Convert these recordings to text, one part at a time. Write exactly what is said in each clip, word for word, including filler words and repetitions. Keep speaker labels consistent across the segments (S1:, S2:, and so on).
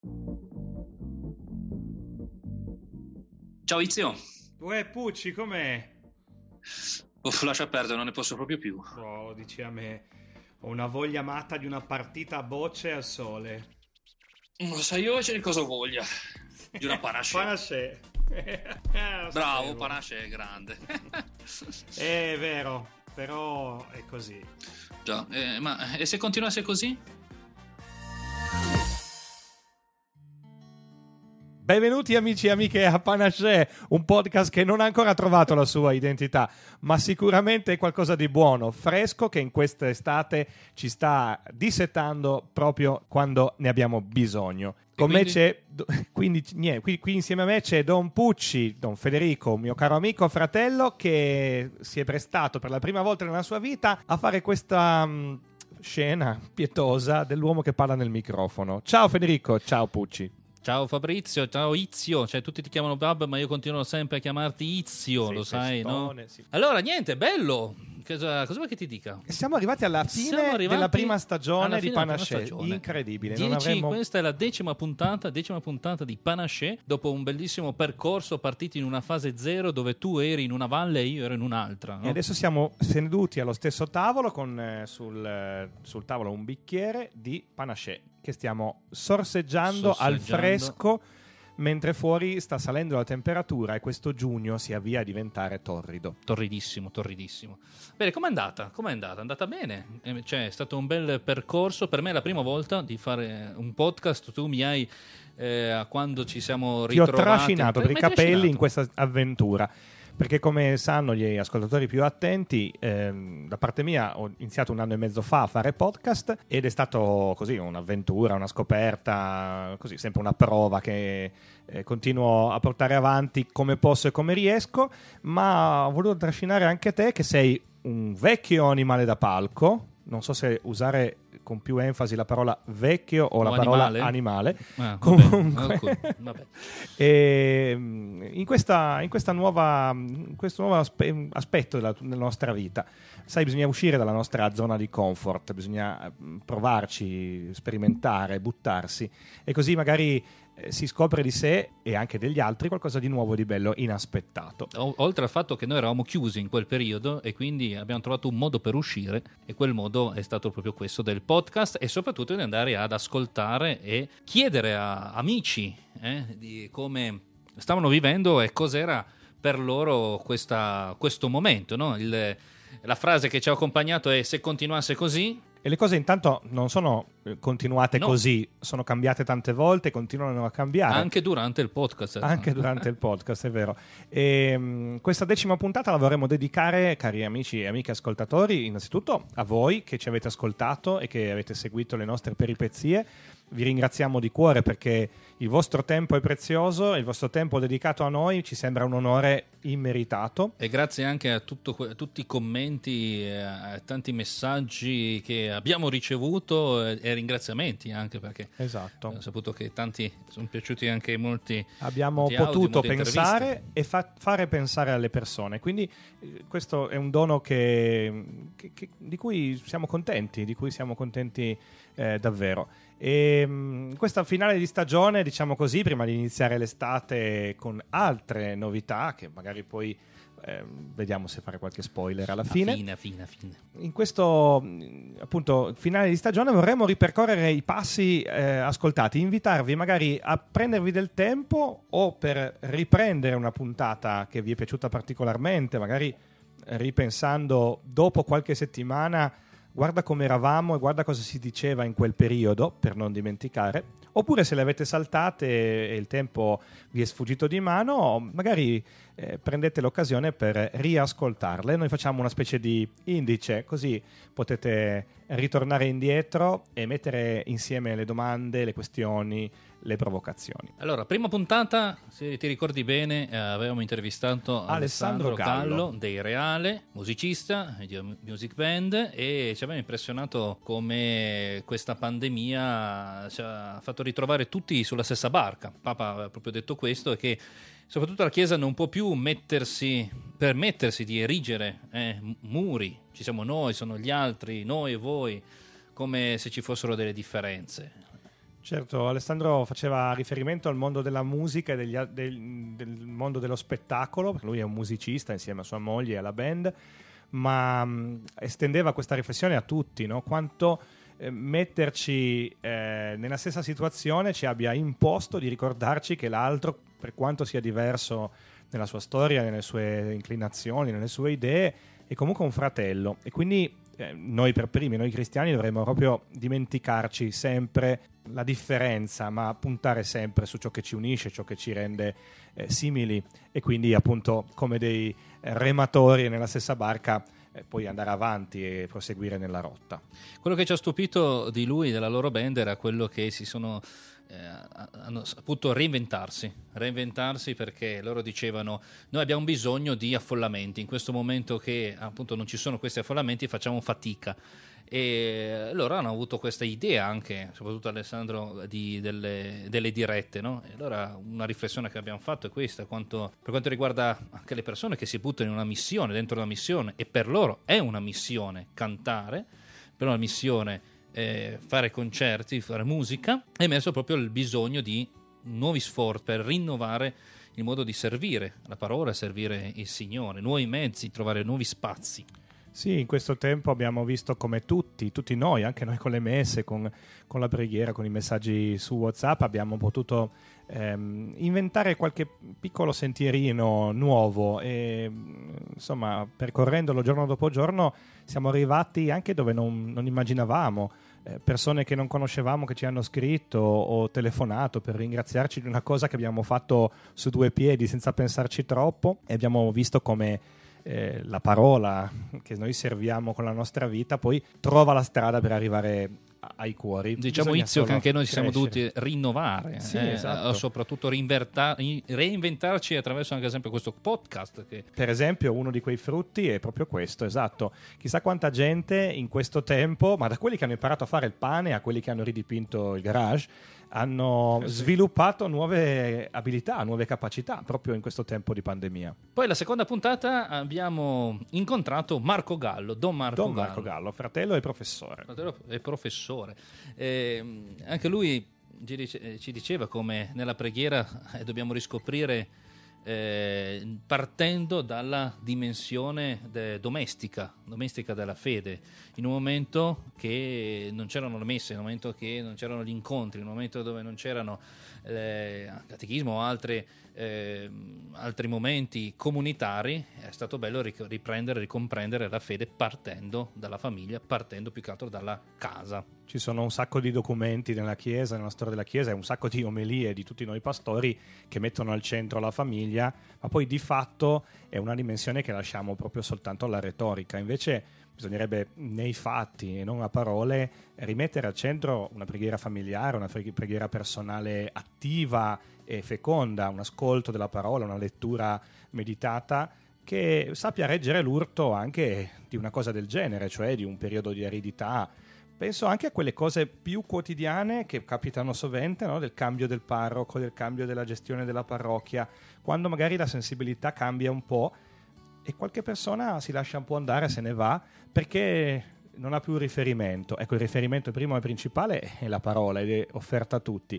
S1: Ciao Izio.
S2: Uè Pucci, com'è?
S1: Uff, lascia perdere, non ne posso proprio più.
S2: Oh, dici a me, ho una voglia matta di una partita a bocce al sole.
S1: Lo sai io c'è di cosa voglia. Di una panache.
S2: Panache.
S1: Bravo, panache è grande.
S2: È vero, però è così.
S1: Già, eh, ma e se continuasse così?
S2: Benvenuti amici e amiche a Panache, un podcast che non ha ancora trovato la sua identità, ma sicuramente è qualcosa di buono, fresco, che in quest'estate ci sta dissettando proprio quando ne abbiamo bisogno. Con
S1: quindi?
S2: me c'è, quindi, niente, qui, qui insieme a me c'è Don Pucci, Don Federico, mio caro amico, fratello, che si è prestato per la prima volta nella sua vita a fare questa mh, scena pietosa dell'uomo che parla nel microfono. Ciao Federico, ciao Pucci.
S3: Ciao Fabrizio, ciao Izio, cioè tutti ti chiamano Bab ma io continuo sempre a chiamarti Izio,
S2: Sì,
S3: lo sai,
S2: festone,
S3: no?
S2: sì.
S3: Allora niente, bello, cosa, cosa vuoi che ti dica?
S2: Siamo arrivati alla fine
S3: Siamo arrivati
S2: della prima stagione
S3: alla
S2: di
S3: fine della prima
S2: Panache,
S3: stagione.
S2: incredibile.
S3: Dieci,
S2: non avremmo...
S3: Questa è la decima puntata, decima puntata di Panache, dopo un bellissimo percorso partiti in una fase zero dove tu eri in una valle e io ero in un'altra, no?
S2: E adesso siamo seduti allo stesso tavolo con eh, sul, eh, sul tavolo un bicchiere di Panache che stiamo sorseggiando, al
S3: Sorseggiando.
S2: fresco mentre fuori sta salendo la temperatura e questo giugno si avvia a diventare torrido.
S3: Torridissimo, torridissimo. Bene, com'è andata? Com'è andata? È andata bene. Eh, Cioè, è stato un bel percorso. Per me è la prima volta di fare un podcast. Tu mi hai, eh, quando ci siamo
S2: Ti ho
S3: ritrovati...
S2: trascinato per i
S3: Mi hai
S2: capelli
S3: trascinato.
S2: in questa avventura. Perché come sanno gli ascoltatori più attenti, ehm, da parte mia ho iniziato un anno e mezzo fa a fare podcast ed è stato così un'avventura, una scoperta, così sempre una prova che eh, continuo a portare avanti come posso e come riesco, ma ho voluto trascinare anche te che sei un vecchio animale da palco, non so se usare con più enfasi la parola vecchio o,
S3: O
S2: la
S3: animale?
S2: parola animale.
S3: Ah,
S2: Comunque,
S3: vabbè, vabbè.
S2: e, in, questa, in questa nuova, in questo nuovo aspe- aspetto della, della nostra vita, sai, bisogna uscire dalla nostra zona di comfort, bisogna provarci, sperimentare, buttarsi e così magari eh, si scopre di sé e anche degli altri qualcosa di nuovo, di bello, inaspettato.
S3: O- Oltre al fatto che noi eravamo chiusi in quel periodo e quindi abbiamo trovato un modo per uscire e quel modo è stato proprio questo del podcast e soprattutto di andare ad ascoltare e chiedere a amici eh, di come stavano vivendo e cos'era per loro questa, questo momento, no? Il, la frase che ci ha accompagnato è: se continuasse così.
S2: E le cose intanto non sono continuate
S3: No.
S2: così, sono cambiate tante volte, continuano a cambiare.
S3: Anche durante il podcast.
S2: Anche durante il podcast, è vero. E, mh, questa decima puntata la vorremmo dedicare, cari amici e amiche ascoltatori, innanzitutto a voi che ci avete ascoltato e che avete seguito le nostre peripezie. Vi ringraziamo di cuore perché il vostro tempo è prezioso, il vostro tempo dedicato a noi ci sembra un onore immeritato.
S3: E grazie anche a, tutto, a tutti i commenti, eh, a tanti messaggi che abbiamo ricevuto e, e ringraziamenti anche perché
S2: Esatto.
S3: ho saputo che tanti sono piaciuti anche molti.
S2: Abbiamo
S3: molti audio,
S2: potuto
S3: molte
S2: pensare
S3: interviste.
S2: e fa- fare pensare alle persone, quindi eh, questo è un dono che, che- che- di cui siamo contenti, di cui siamo contenti eh, davvero. E mh, questa finale di stagione, diciamo così, prima di iniziare l'estate con altre novità che magari poi eh, vediamo se fare qualche spoiler alla fine.
S3: A fine, a fine, a fine.
S2: In questo mh, appunto finale di stagione vorremmo ripercorrere i passi eh, ascoltati, invitarvi magari a prendervi del tempo o per riprendere una puntata che vi è piaciuta particolarmente, magari ripensando dopo qualche settimana, guarda come eravamo e guarda cosa si diceva in quel periodo, per non dimenticare. Oppure se le avete saltate e il tempo vi è sfuggito di mano, magari eh, prendete l'occasione per riascoltarle. Noi facciamo una specie di indice, così potete ritornare indietro e mettere insieme le domande, le questioni, le provocazioni.
S3: Allora, prima puntata, se ti ricordi bene, eh, avevamo intervistato
S2: Alessandro
S3: Alessandro
S2: Gallo.
S3: Gallo dei Reale, musicista di Music Band, e ci aveva impressionato come questa pandemia ci ha fatto ritrovare tutti sulla stessa barca. Papa aveva proprio detto questo e che soprattutto la Chiesa non può più mettersi, permettersi di erigere eh, muri. Ci siamo noi, sono gli altri, noi e voi, come se ci fossero delle differenze.
S2: Certo, Alessandro faceva riferimento al mondo della musica e degli, del, del mondo dello spettacolo, perché lui è un musicista insieme a sua moglie e alla band, ma mh, estendeva questa riflessione a tutti, no? Quanto eh, metterci eh, nella stessa situazione ci abbia imposto di ricordarci che l'altro, per quanto sia diverso nella sua storia, nelle sue inclinazioni, nelle sue idee, è comunque un fratello. E quindi eh, noi per primi, noi cristiani, dovremmo proprio dimenticarci sempre la differenza, ma puntare sempre su ciò che ci unisce, ciò che ci rende eh, simili, e quindi appunto come dei eh, rematori nella stessa barca eh, poi andare avanti e proseguire nella rotta.
S3: Quello che ci ha stupito di lui e della loro band era quello che si sono eh, hanno saputo reinventarsi reinventarsi perché loro dicevano: noi abbiamo bisogno di affollamenti, in questo momento che appunto non ci sono questi affollamenti facciamo fatica. E loro hanno avuto questa idea anche, soprattutto Alessandro, di, delle, delle dirette, no? E allora una riflessione che abbiamo fatto è questa: quanto, per quanto riguarda anche le persone che si buttano in una missione, dentro una missione, e per loro è una missione cantare, per una missione eh, fare concerti, fare musica, è emerso proprio il bisogno di nuovi sforzi per rinnovare il modo di servire la parola, servire il Signore, nuovi mezzi, trovare nuovi spazi.
S2: Sì, in questo tempo abbiamo visto come tutti, tutti noi, anche noi con le messe, con, con la preghiera, con i messaggi su WhatsApp, abbiamo potuto ehm, inventare qualche piccolo sentierino nuovo e insomma, percorrendolo giorno dopo giorno siamo arrivati anche dove non, non immaginavamo. Eh, persone che non conoscevamo che ci hanno scritto o telefonato per ringraziarci di una cosa che abbiamo fatto su due piedi senza pensarci troppo, e abbiamo visto come Eh, la parola che noi serviamo con la nostra vita poi trova la strada per arrivare a- ai cuori.
S3: Diciamo
S2: Bisogna
S3: Izio che
S2: solo
S3: anche noi ci siamo
S2: crescere.
S3: dovuti rinnovare,
S2: Sì,
S3: eh,
S2: esatto.
S3: soprattutto reinverta- reinventarci attraverso anche esempio questo podcast che...
S2: Per esempio, uno di quei frutti è proprio questo, esatto. Chissà quanta gente in questo tempo, ma da quelli che hanno imparato a fare il pane a quelli che hanno ridipinto il garage, hanno
S3: Eh sì.
S2: sviluppato nuove abilità, nuove capacità proprio in questo tempo di pandemia.
S3: Poi la seconda puntata abbiamo incontrato Marco Gallo, Don Marco
S2: Don
S3: Gallo.
S2: Marco Gallo, fratello e professore.
S3: Fratello e professore. Eh, anche lui ci dice- ci diceva come nella preghiera eh, dobbiamo riscoprire eh, partendo dalla dimensione de- domestica, domestica della fede, in un momento che non c'erano le messe, in un momento che non c'erano gli incontri, in un momento dove non c'erano eh, catechismo o altri, eh, altri momenti comunitari. È stato bello ric- riprendere, ricomprendere la fede partendo dalla famiglia, partendo più che altro dalla casa.
S2: Ci sono un sacco di documenti nella Chiesa, nella storia della Chiesa, e un sacco di omelie di tutti noi pastori che mettono al centro la famiglia, ma poi di fatto è una dimensione che lasciamo proprio soltanto alla retorica. Invece bisognerebbe nei fatti e non a parole rimettere al centro una preghiera familiare, una preghiera personale attiva e feconda, un ascolto della parola, una lettura meditata che sappia reggere l'urto anche di una cosa del genere, cioè di un periodo di aridità. Penso anche a quelle cose più quotidiane che capitano sovente, no? Del cambio del parroco, del cambio della gestione della parrocchia, quando magari la sensibilità cambia un po' e qualche persona si lascia un po' andare, se ne va, perché non ha più riferimento. Ecco, il riferimento primo e principale è la parola ed è offerta a tutti.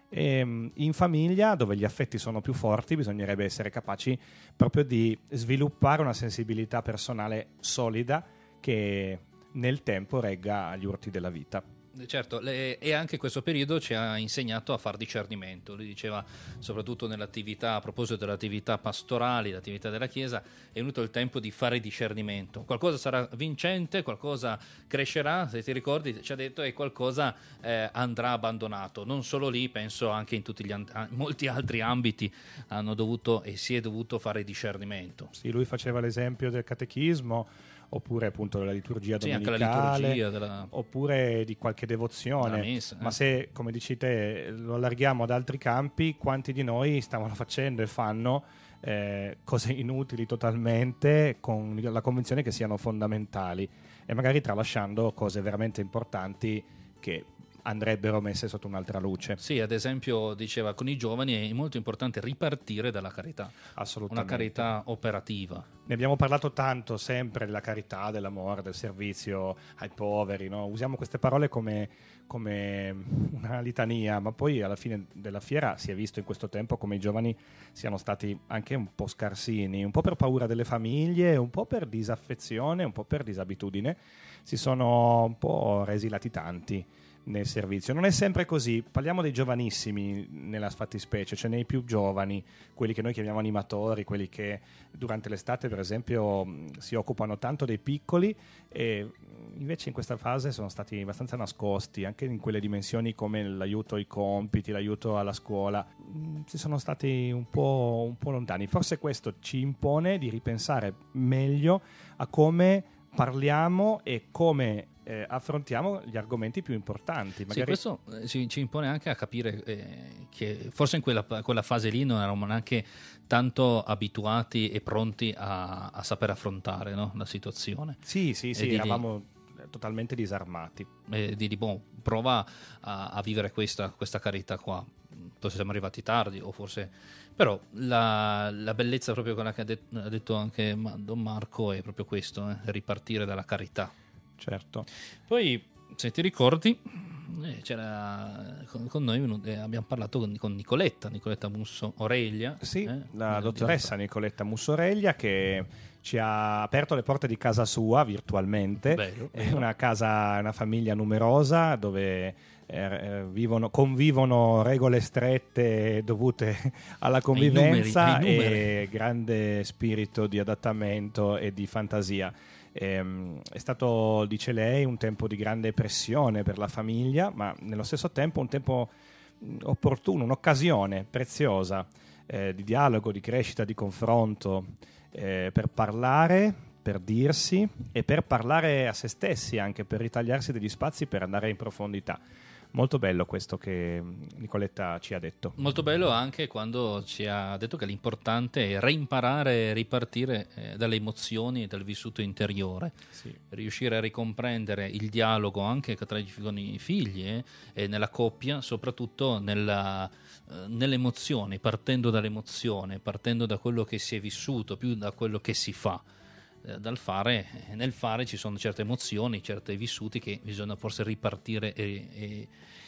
S2: E in famiglia, dove gli affetti sono più forti, bisognerebbe essere capaci proprio di sviluppare una sensibilità personale solida che nel tempo regga agli urti della vita.
S3: Certo, le, e anche questo periodo ci ha insegnato a far discernimento. Lui diceva, soprattutto nell'attività, a proposito delle attività pastorali, l'attività della Chiesa, è venuto il tempo di fare discernimento. Qualcosa sarà vincente, qualcosa crescerà, se ti ricordi ci ha detto, e qualcosa eh, andrà abbandonato. Non solo lì, penso anche in tutti gli an- molti altri ambiti hanno dovuto e si è dovuto fare discernimento.
S2: Sì, lui faceva l'esempio del catechismo, oppure appunto della liturgia
S3: Sì, anche
S2: domenicale,
S3: la liturgia della...
S2: oppure di qualche devozione.
S3: messa,
S2: Ma
S3: eh.
S2: se, come dici te, lo allarghiamo ad altri campi, quanti di noi stavano facendo e fanno eh, cose inutili totalmente con la convinzione che siano fondamentali, e magari tralasciando cose veramente importanti che andrebbero messe sotto un'altra luce.
S3: Sì, ad esempio diceva con i giovani è molto importante ripartire dalla carità,
S2: Assolutamente.
S3: una carità operativa.
S2: Ne abbiamo parlato tanto sempre della carità, dell'amore, del servizio ai poveri, no? Usiamo queste parole come, come una litania, ma poi alla fine della fiera si è visto in questo tempo come i giovani siano stati anche un po' scarsini, un po' per paura delle famiglie, un po' per disaffezione, un po' per disabitudine, si sono un po' resi latitanti nel servizio. Non è sempre così, parliamo dei giovanissimi nella fattispecie, cioè nei più giovani, quelli che noi chiamiamo animatori, quelli che durante l'estate per esempio si occupano tanto dei piccoli e invece in questa fase sono stati abbastanza nascosti, anche in quelle dimensioni come l'aiuto ai compiti, l'aiuto alla scuola, si sono stati un po', un po' lontani. Forse questo ci impone di ripensare meglio a come parliamo e come eh, affrontiamo gli argomenti più importanti. Magari... Sì,
S3: questo eh, ci, ci impone anche a capire eh, che forse in quella, quella fase lì non eravamo neanche tanto abituati e pronti a, a saper affrontare, no, la situazione.
S2: Sì, sì, sì,
S3: di,
S2: eravamo totalmente disarmati.
S3: E di, di boh, prova a, a vivere questa, questa carità qua. Forse siamo arrivati tardi o forse... Però la, la bellezza proprio quella che ha, det- ha detto anche Don Marco è proprio questo, eh, ripartire dalla carità.
S2: Certo.
S3: Poi, se ti ricordi, eh, c'era con, con noi eh, abbiamo parlato con, con Nicoletta, Nicoletta Musso Oreglia.
S2: Sì,
S3: eh,
S2: la dottoressa Nicoletta Musso Oreglia che ci ha aperto le porte di casa sua virtualmente.
S3: Bello,
S2: è
S3: bello.
S2: una casa, una famiglia numerosa dove eh, vivono, convivono regole strette dovute alla convivenza
S3: numeri,
S2: e grande spirito di adattamento e di fantasia. Ehm, è stato, dice lei, un tempo di grande pressione per la famiglia, ma nello stesso tempo un tempo opportuno, un'occasione preziosa eh, di dialogo, di crescita, di confronto, eh, per parlare, per dirsi e per parlare a se stessi, anche per ritagliarsi degli spazi per andare in profondità. Molto bello questo che Nicoletta ci ha detto.
S3: Molto bello anche quando ci ha detto che l'importante è reimparare e ripartire eh, dalle emozioni e dal vissuto interiore.
S2: Sì.
S3: Riuscire a ricomprendere il dialogo anche tra i, con i figli eh, e nella coppia, soprattutto nella, eh, nelle emozioni, partendo dall'emozione, partendo da quello che si è vissuto, più da quello che si fa. Dal fare, nel fare ci sono certe emozioni, certi vissuti che bisogna forse ripartire e, e,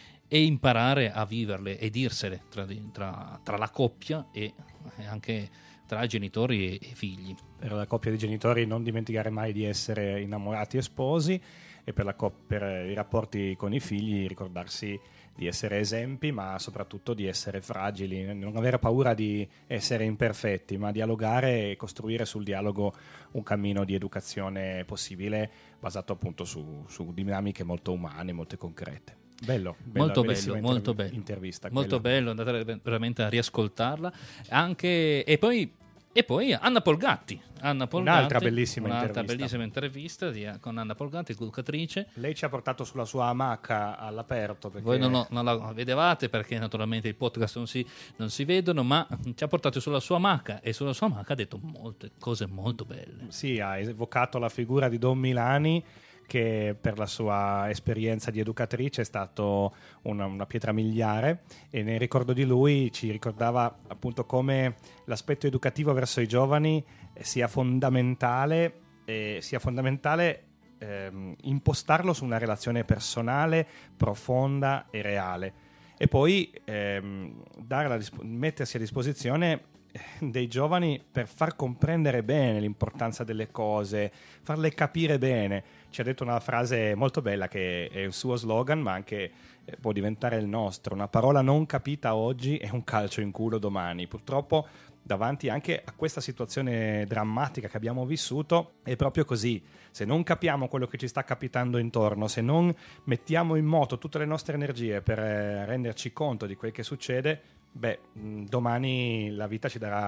S3: e imparare a viverle e dirsele tra, tra, tra la coppia e anche tra genitori e, e figli.
S2: Per la coppia di genitori non dimenticare mai di essere innamorati e sposi, e per, la cop- per i rapporti con i figli ricordarsi di essere esempi, ma soprattutto di essere fragili, non avere paura di essere imperfetti, ma dialogare e costruire sul dialogo un cammino di educazione possibile basato appunto su, su dinamiche molto umane, molto concrete. Bello, bella,
S3: molto bello,
S2: inter-
S3: molto bello.
S2: intervista.
S3: Molto
S2: quella.
S3: bello, andate veramente a riascoltarla. Anche, e poi E poi Anna Polgatti, Anna Polgatti
S2: un'altra bellissima
S3: un'altra
S2: intervista,
S3: bellissima intervista di, con Anna Polgatti, educatrice.
S2: Lei ci ha portato sulla sua amaca all'aperto. Perché...
S3: Voi non, lo, non la vedevate perché naturalmente i podcast non si, non si vedono, ma ci ha portato sulla sua amaca e sulla sua amaca ha detto molte cose molto belle.
S2: Sì, ha evocato la figura di Don Milani, che per la sua esperienza di educatrice è stato una, una pietra miliare, e nel ricordo di lui ci ricordava appunto come l'aspetto educativo verso i giovani sia fondamentale, eh, sia fondamentale ehm, impostarlo su una relazione personale, profonda e reale, e poi ehm, dare la, mettersi a disposizione dei giovani per far comprendere bene l'importanza delle cose, farle capire bene. Ci ha detto una frase molto bella che è il suo slogan, ma anche eh, può diventare il nostro: una parola non capita oggi è un calcio in culo domani. Purtroppo davanti anche a questa situazione drammatica che abbiamo vissuto è proprio così. Se non capiamo quello che ci sta capitando intorno, se non mettiamo in moto tutte le nostre energie per eh, renderci conto di quel che succede, beh, domani la vita ci darà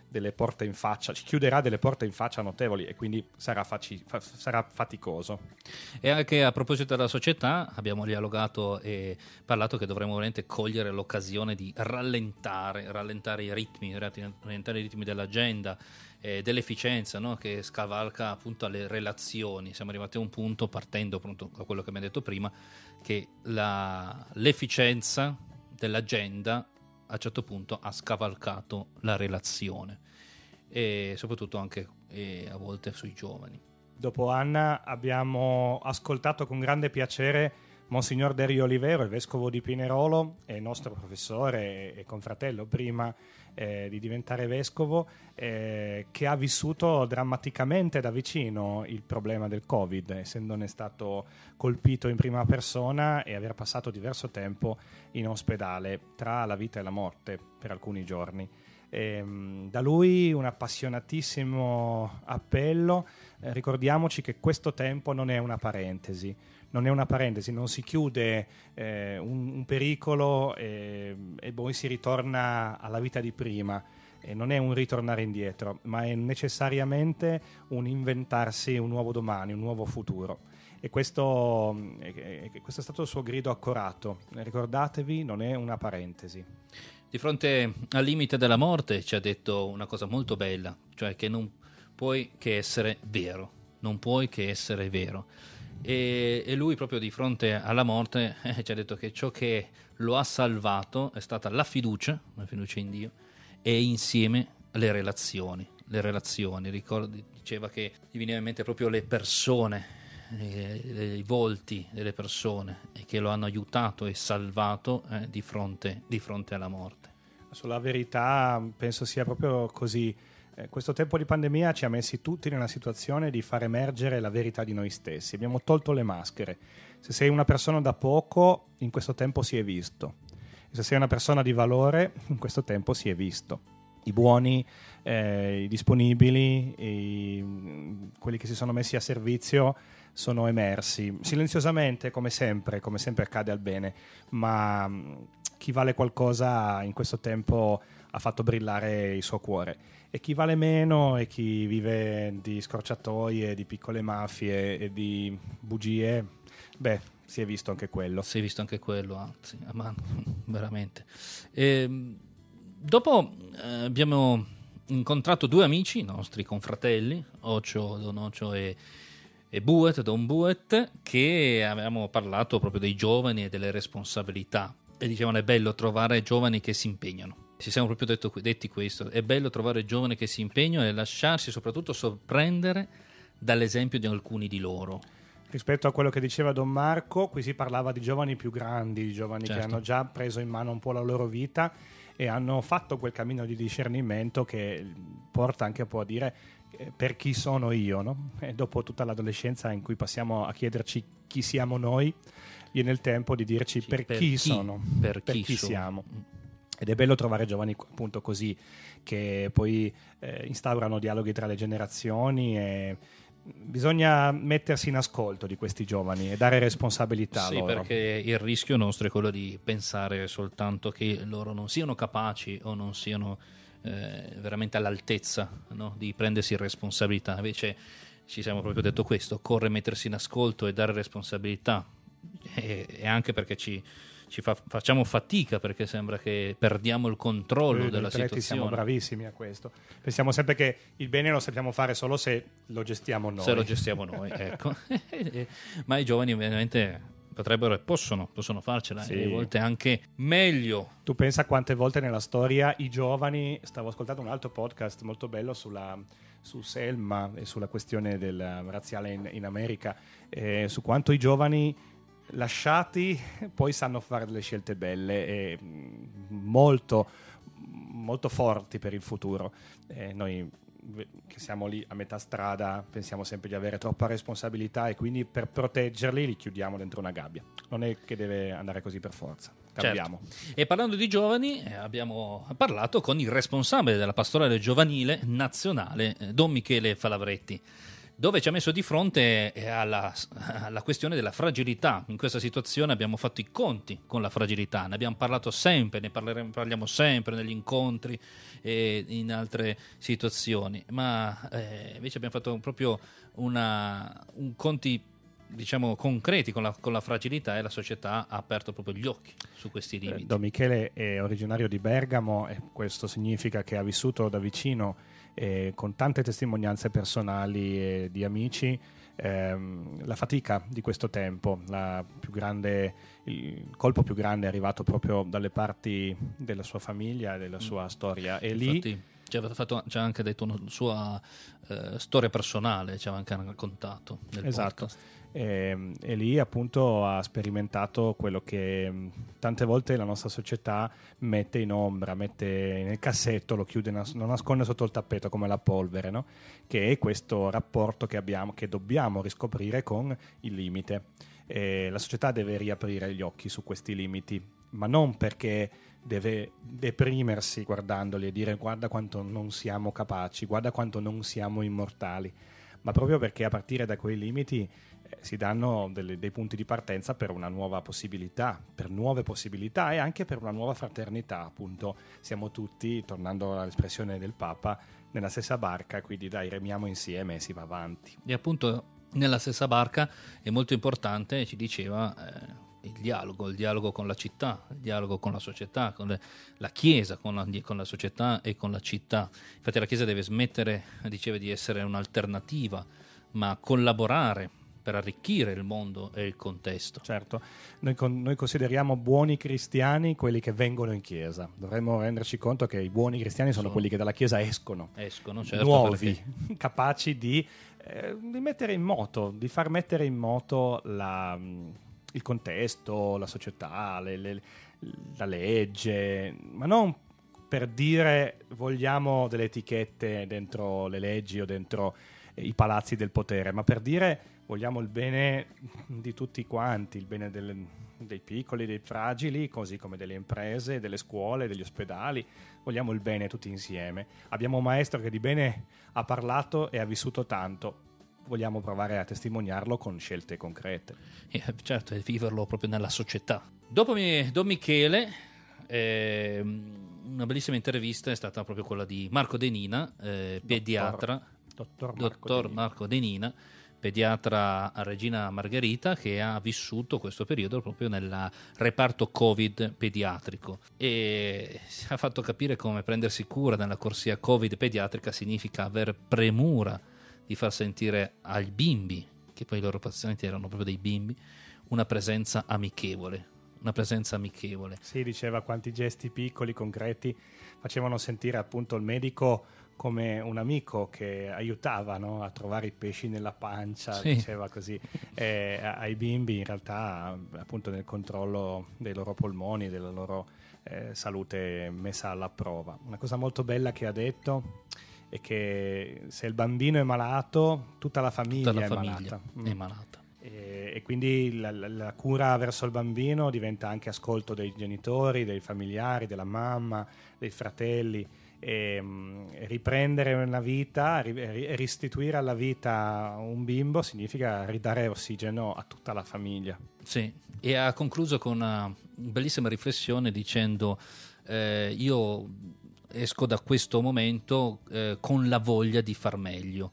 S2: delle porte in faccia, ci chiuderà delle porte in faccia notevoli e quindi sarà, faci, fa, sarà faticoso.
S3: E anche a proposito della società abbiamo dialogato e parlato che dovremmo veramente cogliere l'occasione di rallentare, rallentare i ritmi, rallentare i ritmi dell'agenda, eh, dell'efficienza, no? Che scavalca appunto alle relazioni. Siamo arrivati a un punto, partendo appunto da quello che abbiamo detto prima, che la, l'efficienza dell'agenda a un certo punto ha scavalcato la relazione, e soprattutto anche e a volte sui giovani.
S2: Dopo Anna abbiamo ascoltato con grande piacere Monsignor Derio Olivero, il vescovo di Pinerolo e nostro professore e confratello prima eh, di diventare vescovo, eh, che ha vissuto drammaticamente da vicino il problema del Covid, essendone stato colpito in prima persona e aver passato diverso tempo in ospedale tra la vita e la morte per alcuni giorni. E, da lui un appassionatissimo appello. Eh, ricordiamoci che questo tempo non è una parentesi, non è una parentesi, non si chiude eh, un, un pericolo e, e poi si ritorna alla vita di prima. E non è un ritornare indietro, ma è necessariamente un inventarsi un nuovo domani, un nuovo futuro. E questo, eh, questo è stato il suo grido accorato. Ricordatevi, non è una parentesi.
S3: Di fronte al limite della morte ci ha detto una cosa molto bella, cioè che non puoi che essere vero, non puoi che essere vero. E, e lui proprio di fronte alla morte eh, ci ha detto che ciò che lo ha salvato è stata la fiducia, la fiducia in Dio, e insieme le relazioni. Le relazioni, ricordi, diceva che gli veniva in mente proprio le persone, i volti delle persone, e che lo hanno aiutato e salvato eh, di fronte, di fronte alla morte.
S2: Sulla verità penso sia proprio così. Eh, questo tempo di pandemia ci ha messi tutti nella situazione di far emergere la verità di noi stessi. Abbiamo tolto le maschere. Se sei una persona da poco, in questo tempo si è visto. E se sei una persona di valore, in questo tempo si è visto. I buoni, eh, i disponibili, i, quelli che si sono messi a servizio sono emersi silenziosamente, come sempre, come sempre accade al bene, ma chi vale qualcosa in questo tempo ha fatto brillare il suo cuore, e chi vale meno e chi vive di scorciatoie, di piccole mafie e di bugie, beh, si è visto anche quello.
S3: Si è visto anche quello, anzi, ma veramente. E, dopo eh, abbiamo incontrato due amici, nostri confratelli, Ocio, Don Ocio e e Buet, Don Buet, che avevamo parlato proprio dei giovani e delle responsabilità, e dicevano è bello trovare giovani che si impegnano. Ci siamo proprio detto, detti questo, è bello trovare giovani che si impegnano e lasciarsi soprattutto sorprendere dall'esempio di alcuni di loro.
S2: Rispetto a quello che diceva Don Marco, qui si parlava di giovani più grandi, di giovani certo. che hanno già preso in mano un po' la loro vita e hanno fatto quel cammino di discernimento che porta anche un po' a dire per chi sono io, no? E dopo tutta l'adolescenza in cui passiamo a chiederci chi siamo noi, viene il tempo di dirci sì, per, per chi, chi sono,
S3: per, per chi,
S2: chi
S3: sono.
S2: siamo. Ed è bello trovare giovani appunto così, che poi eh, instaurano dialoghi tra le generazioni, e bisogna mettersi in ascolto di questi giovani e dare responsabilità
S3: sì,
S2: loro.
S3: Perché il rischio nostro è quello di pensare soltanto che loro non siano capaci o non siano eh, veramente all'altezza, no? Di prendersi responsabilità. Invece ci siamo proprio detto questo: occorre mettersi in ascolto e dare responsabilità, e, e anche perché ci Ci fa, facciamo fatica, perché sembra che perdiamo il controllo
S2: noi,
S3: della
S2: noi
S3: situazione.
S2: Siamo bravissimi a questo. Pensiamo sempre che il bene lo sappiamo fare solo se lo gestiamo noi.
S3: Se lo gestiamo noi, ecco. Ma i giovani ovviamente potrebbero e possono, possono farcela, sì. E a volte anche meglio.
S2: Tu pensa quante volte nella storia i giovani, stavo ascoltando un altro podcast molto bello sulla su Selma e sulla questione del razziale in, in America, eh, su quanto i giovani lasciati poi sanno fare delle scelte belle e molto molto forti per il futuro. Eh, noi che siamo lì a metà strada pensiamo sempre di avere troppa responsabilità e quindi per proteggerli li chiudiamo dentro una gabbia. Non è che deve andare così per forza. Cambiamo.
S3: Certo. E parlando di giovani, eh, abbiamo parlato con il responsabile della pastorale giovanile nazionale, eh, Don Michele Falavretti. dove ci ha messo di fronte alla, alla questione della fragilità. In questa situazione abbiamo fatto i conti con la fragilità, ne abbiamo parlato sempre, ne parleremo, parliamo sempre negli incontri e in altre situazioni, ma eh, invece abbiamo fatto proprio una, un conti diciamo concreti con la, con la fragilità, e la società ha aperto proprio gli occhi su questi limiti.
S2: Don Michele è originario di Bergamo e questo significa che ha vissuto da vicino eh, con tante testimonianze personali e di amici ehm, la fatica di questo tempo. La più grande, il colpo più grande è arrivato proprio dalle parti della sua famiglia e della sua mm. storia, e
S3: Infatti,
S2: lì
S3: ci ha, fatto, ci ha anche detto una sua eh, storia personale, ci ha anche raccontato nel
S2: esatto.
S3: podcast.
S2: E, e lì appunto ha sperimentato quello che tante volte la nostra società mette in ombra, mette nel cassetto, lo chiude, lo nasconde sotto il tappeto come la polvere, no? Che è questo rapporto che abbiamo, che dobbiamo riscoprire con il limite. E la società deve riaprire gli occhi su questi limiti, ma non perché deve deprimersi guardandoli e dire guarda quanto non siamo capaci, guarda quanto non siamo immortali, ma proprio perché a partire da quei limiti eh, si danno delle, dei punti di partenza per una nuova possibilità, per nuove possibilità e anche per una nuova fraternità. Appunto, siamo tutti, tornando all'espressione del Papa, nella stessa barca, quindi dai, remiamo insieme e si va avanti.
S3: E appunto nella stessa barca è molto importante, ci diceva, eh, il dialogo, il dialogo con la città, il dialogo con la società, con le, la Chiesa, con la, con la società e con la città. Infatti la Chiesa deve smettere, diceva, di essere un'alternativa, ma collaborare per arricchire il mondo e il contesto.
S2: Certo, noi, con, noi consideriamo buoni cristiani quelli che vengono in Chiesa. Dovremmo renderci conto che i buoni cristiani sono, sono quelli che dalla Chiesa escono,
S3: escono certo,
S2: nuovi,
S3: perché...
S2: capaci di, eh, di mettere in moto, di far mettere in moto la... il contesto, la società, le, le, la legge, ma non per dire vogliamo delle etichette dentro le leggi o dentro i palazzi del potere, ma per dire vogliamo il bene di tutti quanti, il bene delle, dei piccoli, dei fragili, così come delle imprese, delle scuole, degli ospedali. Vogliamo il bene tutti insieme. Abbiamo un maestro che di bene ha parlato e ha vissuto tanto. Vogliamo provare a testimoniarlo con scelte concrete.
S3: Eh, certo, e viverlo proprio nella società. Dopo mi, Don Michele, eh, una bellissima intervista è stata proprio quella di Marco De Nina, eh, pediatra,
S2: dottor, dottor, Marco,
S3: dottor
S2: De Nina.
S3: Marco De Nina, pediatra a Regina Margherita, che ha vissuto questo periodo proprio nel reparto Covid pediatrico, e ha fatto capire come prendersi cura nella corsia Covid pediatrica significa aver premura di far sentire ai bimbi, che poi i loro pazienti erano proprio dei bimbi, una presenza amichevole, una presenza amichevole.
S2: Sì, diceva quanti gesti piccoli, concreti, facevano sentire appunto il medico come un amico che aiutava, no? A trovare i pesci nella pancia, sì. Diceva così, e ai bimbi in realtà appunto nel controllo dei loro polmoni, della loro eh, salute messa alla prova. Una cosa molto bella che ha detto è che se il bambino è malato, tutta la famiglia,
S3: tutta la
S2: è,
S3: famiglia
S2: malata.
S3: è malata.
S2: E, e quindi la, la, la cura verso il bambino diventa anche ascolto dei genitori, dei familiari, della mamma, dei fratelli, e, e riprendere una vita, ri, restituire alla vita un bimbo significa ridare ossigeno a tutta la famiglia.
S3: Sì, e ha concluso con una bellissima riflessione dicendo eh, io esco da questo momento eh, con la voglia di far meglio,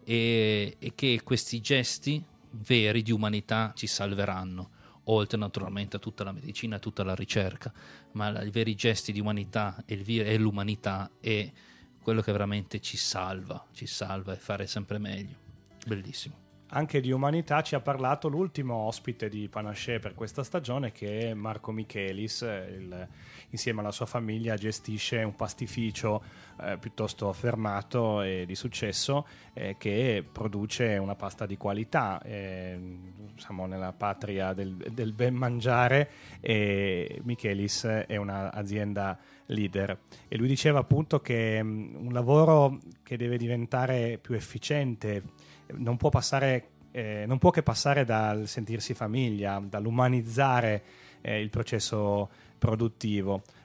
S3: e, e che questi gesti veri di umanità ci salveranno, oltre naturalmente a tutta la medicina, a tutta la ricerca, ma i veri gesti di umanità e, il, e l'umanità è quello che veramente ci salva, ci salva e fare sempre meglio. Bellissimo.
S2: Anche di umanità ci ha parlato l'ultimo ospite di Panaché per questa stagione, che è Marco Michelis. Il, insieme alla sua famiglia gestisce un pastificio eh, piuttosto affermato e di successo, eh, che produce una pasta di qualità. Eh, siamo nella patria del, del ben mangiare e Michelis è un'azienda leader, e lui diceva appunto che um, un lavoro che deve diventare più efficiente non può passare eh, non può che passare dal sentirsi famiglia, dall'umanizzare eh, il processo produttivo.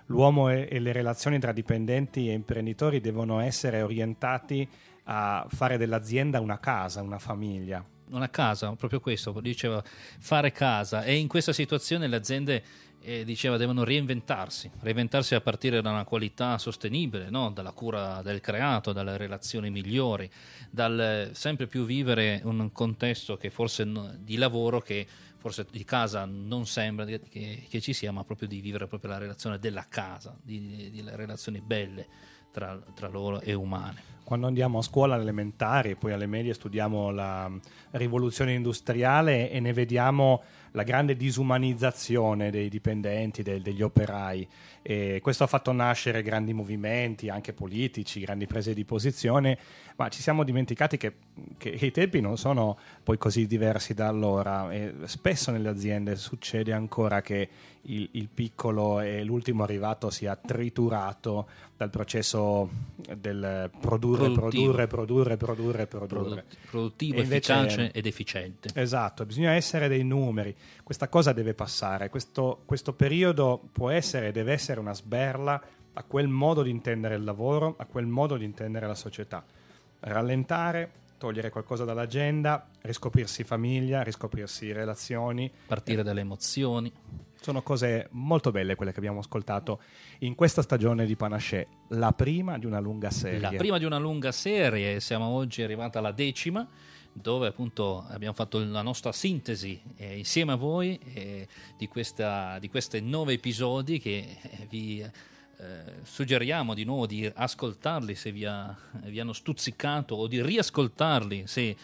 S2: l'uomo e, e le relazioni tra dipendenti e imprenditori devono essere orientati a fare dell'azienda una casa, una famiglia.
S3: Una casa, proprio questo, diceva fare casa, e in questa situazione le aziende eh, diceva devono reinventarsi, reinventarsi a partire da una qualità sostenibile, no? Dalla cura del creato, dalle relazioni migliori, dal sempre più vivere un contesto che forse no, di lavoro che forse di casa non sembra che, che ci sia, ma proprio di vivere proprio la relazione della casa, di, di, di relazioni belle tra, tra loro e umane.
S2: Quando andiamo a scuola alle elementari e poi alle medie studiamo la rivoluzione industriale e ne vediamo la grande disumanizzazione dei dipendenti, del, degli operai, e questo ha fatto nascere grandi movimenti anche politici, grandi prese di posizione, ma ci siamo dimenticati che, che i tempi non sono poi così diversi da allora, e spesso nelle aziende succede ancora che il, il piccolo e l'ultimo arrivato sia triturato dal processo del produrre,
S3: Produttivo.
S2: produrre, produrre, produrre, produrre.
S3: Produttivo,
S2: E invece-
S3: efficace ed efficiente.
S2: Esatto, bisogna essere dei numeri. Questa cosa deve passare. Questo, questo periodo può essere e deve essere una sberla a quel modo di intendere il lavoro, a quel modo di intendere la società. Rallentare, togliere qualcosa dall'agenda, riscoprirsi famiglia, riscoprirsi relazioni.
S3: Partire dalle emozioni.
S2: Sono cose molto belle quelle che abbiamo ascoltato in questa stagione di Panaché, la prima di una lunga serie.
S3: La prima di una lunga serie, siamo oggi arrivati alla decima, dove appunto abbiamo fatto la nostra sintesi eh, insieme a voi eh, di, questa, di questi nove episodi che eh, vi eh, suggeriamo di nuovo di ascoltarli se vi, ha, vi hanno stuzzicato, o di riascoltarli se,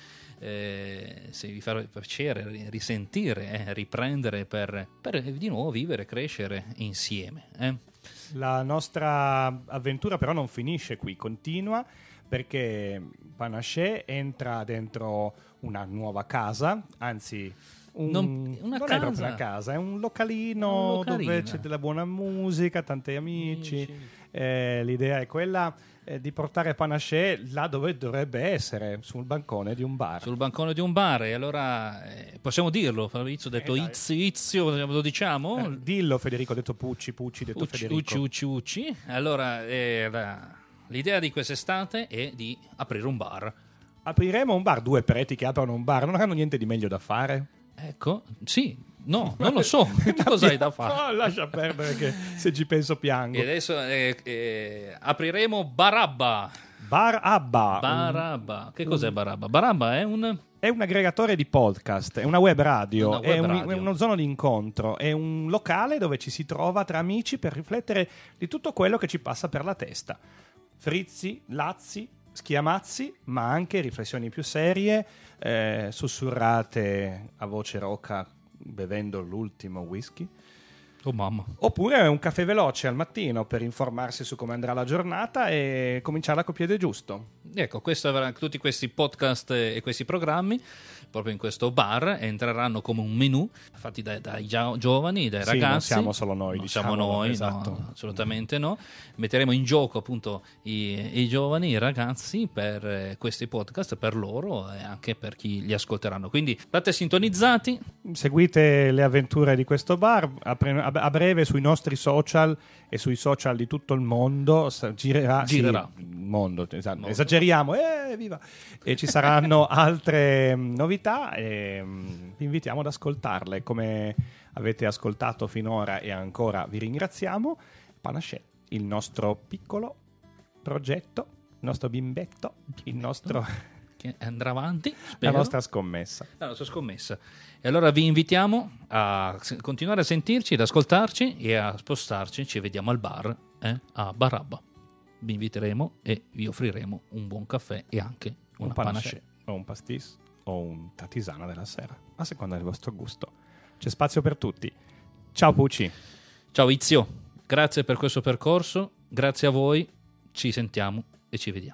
S3: eh, se vi fa piacere risentire, eh, riprendere per, per di nuovo vivere e crescere insieme. Eh.
S2: La nostra avventura però non finisce qui, continua, perché Panaché entra dentro una nuova casa, anzi un,
S3: Non- una
S2: non
S3: casa.
S2: è proprio una casa, è un localino,
S3: Un localino.
S2: dove c'è della buona musica, tanti amici.
S3: Amici.
S2: Eh, l'idea è quella eh, di portare Panaché là dove dovrebbe essere, sul bancone di un bar.
S3: Sul bancone di un bar, e allora eh, possiamo dirlo, Fabrizio ha detto
S2: Eh, dai.
S3: Izio, Izio, lo diciamo?
S2: Eh, dillo Federico, detto Pucci, Pucci, detto
S3: Ucci,
S2: Federico.
S3: ucci, ucci, ucci. Allora, eh, la- l'idea di quest'estate è di aprire un bar.
S2: Apriremo un bar, due preti che aprono un bar, non hanno niente di meglio da fare?
S3: Ecco, sì, no, non lo so, cosa hai da fare?
S2: No, lascia perdere che se ci penso piango.
S3: E adesso eh, eh, apriremo Barabba.
S2: Bar Abba un-
S3: Barabba, che cos'è Barabba? Barabba è un...
S2: è un aggregatore di podcast, è una web radio,
S3: Una web
S2: è, un-
S3: radio.
S2: è uno zona di incontro, è un locale dove ci si trova tra amici per riflettere di tutto quello che ci passa per la testa. Frizzi, lazzi, schiamazzi, ma anche riflessioni più serie, eh, sussurrate a voce roca bevendo l'ultimo whisky.
S3: Oh mamma.
S2: Oppure un caffè veloce al mattino per informarsi su come andrà la giornata e cominciarla col piede giusto.
S3: Ecco, questo avrà, tutti questi podcast e questi programmi proprio in questo bar entreranno come un menù fatti dai, dai gia- giovani, dai
S2: Sì,
S3: ragazzi.
S2: non siamo solo noi,
S3: Non
S2: diciamo,
S3: siamo noi,
S2: esatto.
S3: no, assolutamente no. Metteremo in gioco appunto i, i giovani, i ragazzi per eh, questi podcast, per loro e anche per chi li ascolteranno. Quindi state sintonizzati.
S2: Seguite le avventure di questo bar a, pre- a breve sui nostri social e sui social di tutto il mondo sa- girerà,
S3: Girerà.
S2: sì, il mondo, esatto,
S3: Mondo.
S2: esageriamo, eh, viva! E ci saranno altre mh, novità e mh, vi invitiamo ad ascoltarle come avete ascoltato finora, e ancora vi ringraziamo. Panaché, il nostro piccolo progetto, il nostro bimbetto, il nostro,
S3: Che andrà avanti,
S2: la
S3: spero.
S2: nostra scommessa.
S3: La nostra scommessa. E allora vi invitiamo a s- continuare a sentirci, ad ascoltarci e a spostarci. Ci vediamo al bar eh, a Barabba. Vi inviteremo e vi offriremo un buon caffè e anche una
S2: Un
S3: panaché.
S2: panaché o un pastis o un tatisana della sera, a seconda del vostro gusto. C'è spazio per tutti. Ciao Pucci.
S3: Ciao Izio, grazie per questo percorso, grazie a voi, ci sentiamo e ci vediamo.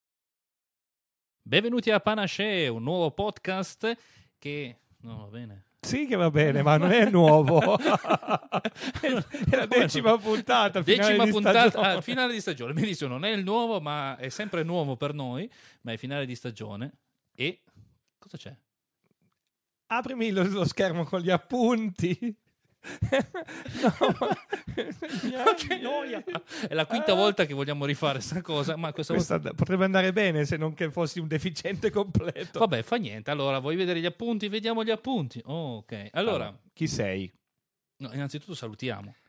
S3: Benvenuti a Panaché, un nuovo podcast che... No, va bene.
S2: Sì che va bene, ma non è nuovo. È la decima puntata, finale
S3: decima
S2: di
S3: puntata,
S2: stagione.
S3: ah, finale di stagione. Benissimo, non è il nuovo, ma è sempre nuovo per noi, ma è finale di stagione. E cosa c'è?
S2: Aprimi lo, lo schermo con gli appunti. No, ma...
S3: Ma che noia! È la quinta volta che vogliamo rifare sta cosa, ma questa,
S2: Questa
S3: volta...
S2: potrebbe andare bene se non che fossi un deficiente completo.
S3: Vabbè, fa niente. Allora, vuoi vedere gli appunti? Vediamo gli appunti. Oh, ok. Allora,
S2: allora, chi sei?
S3: no, innanzitutto salutiamo.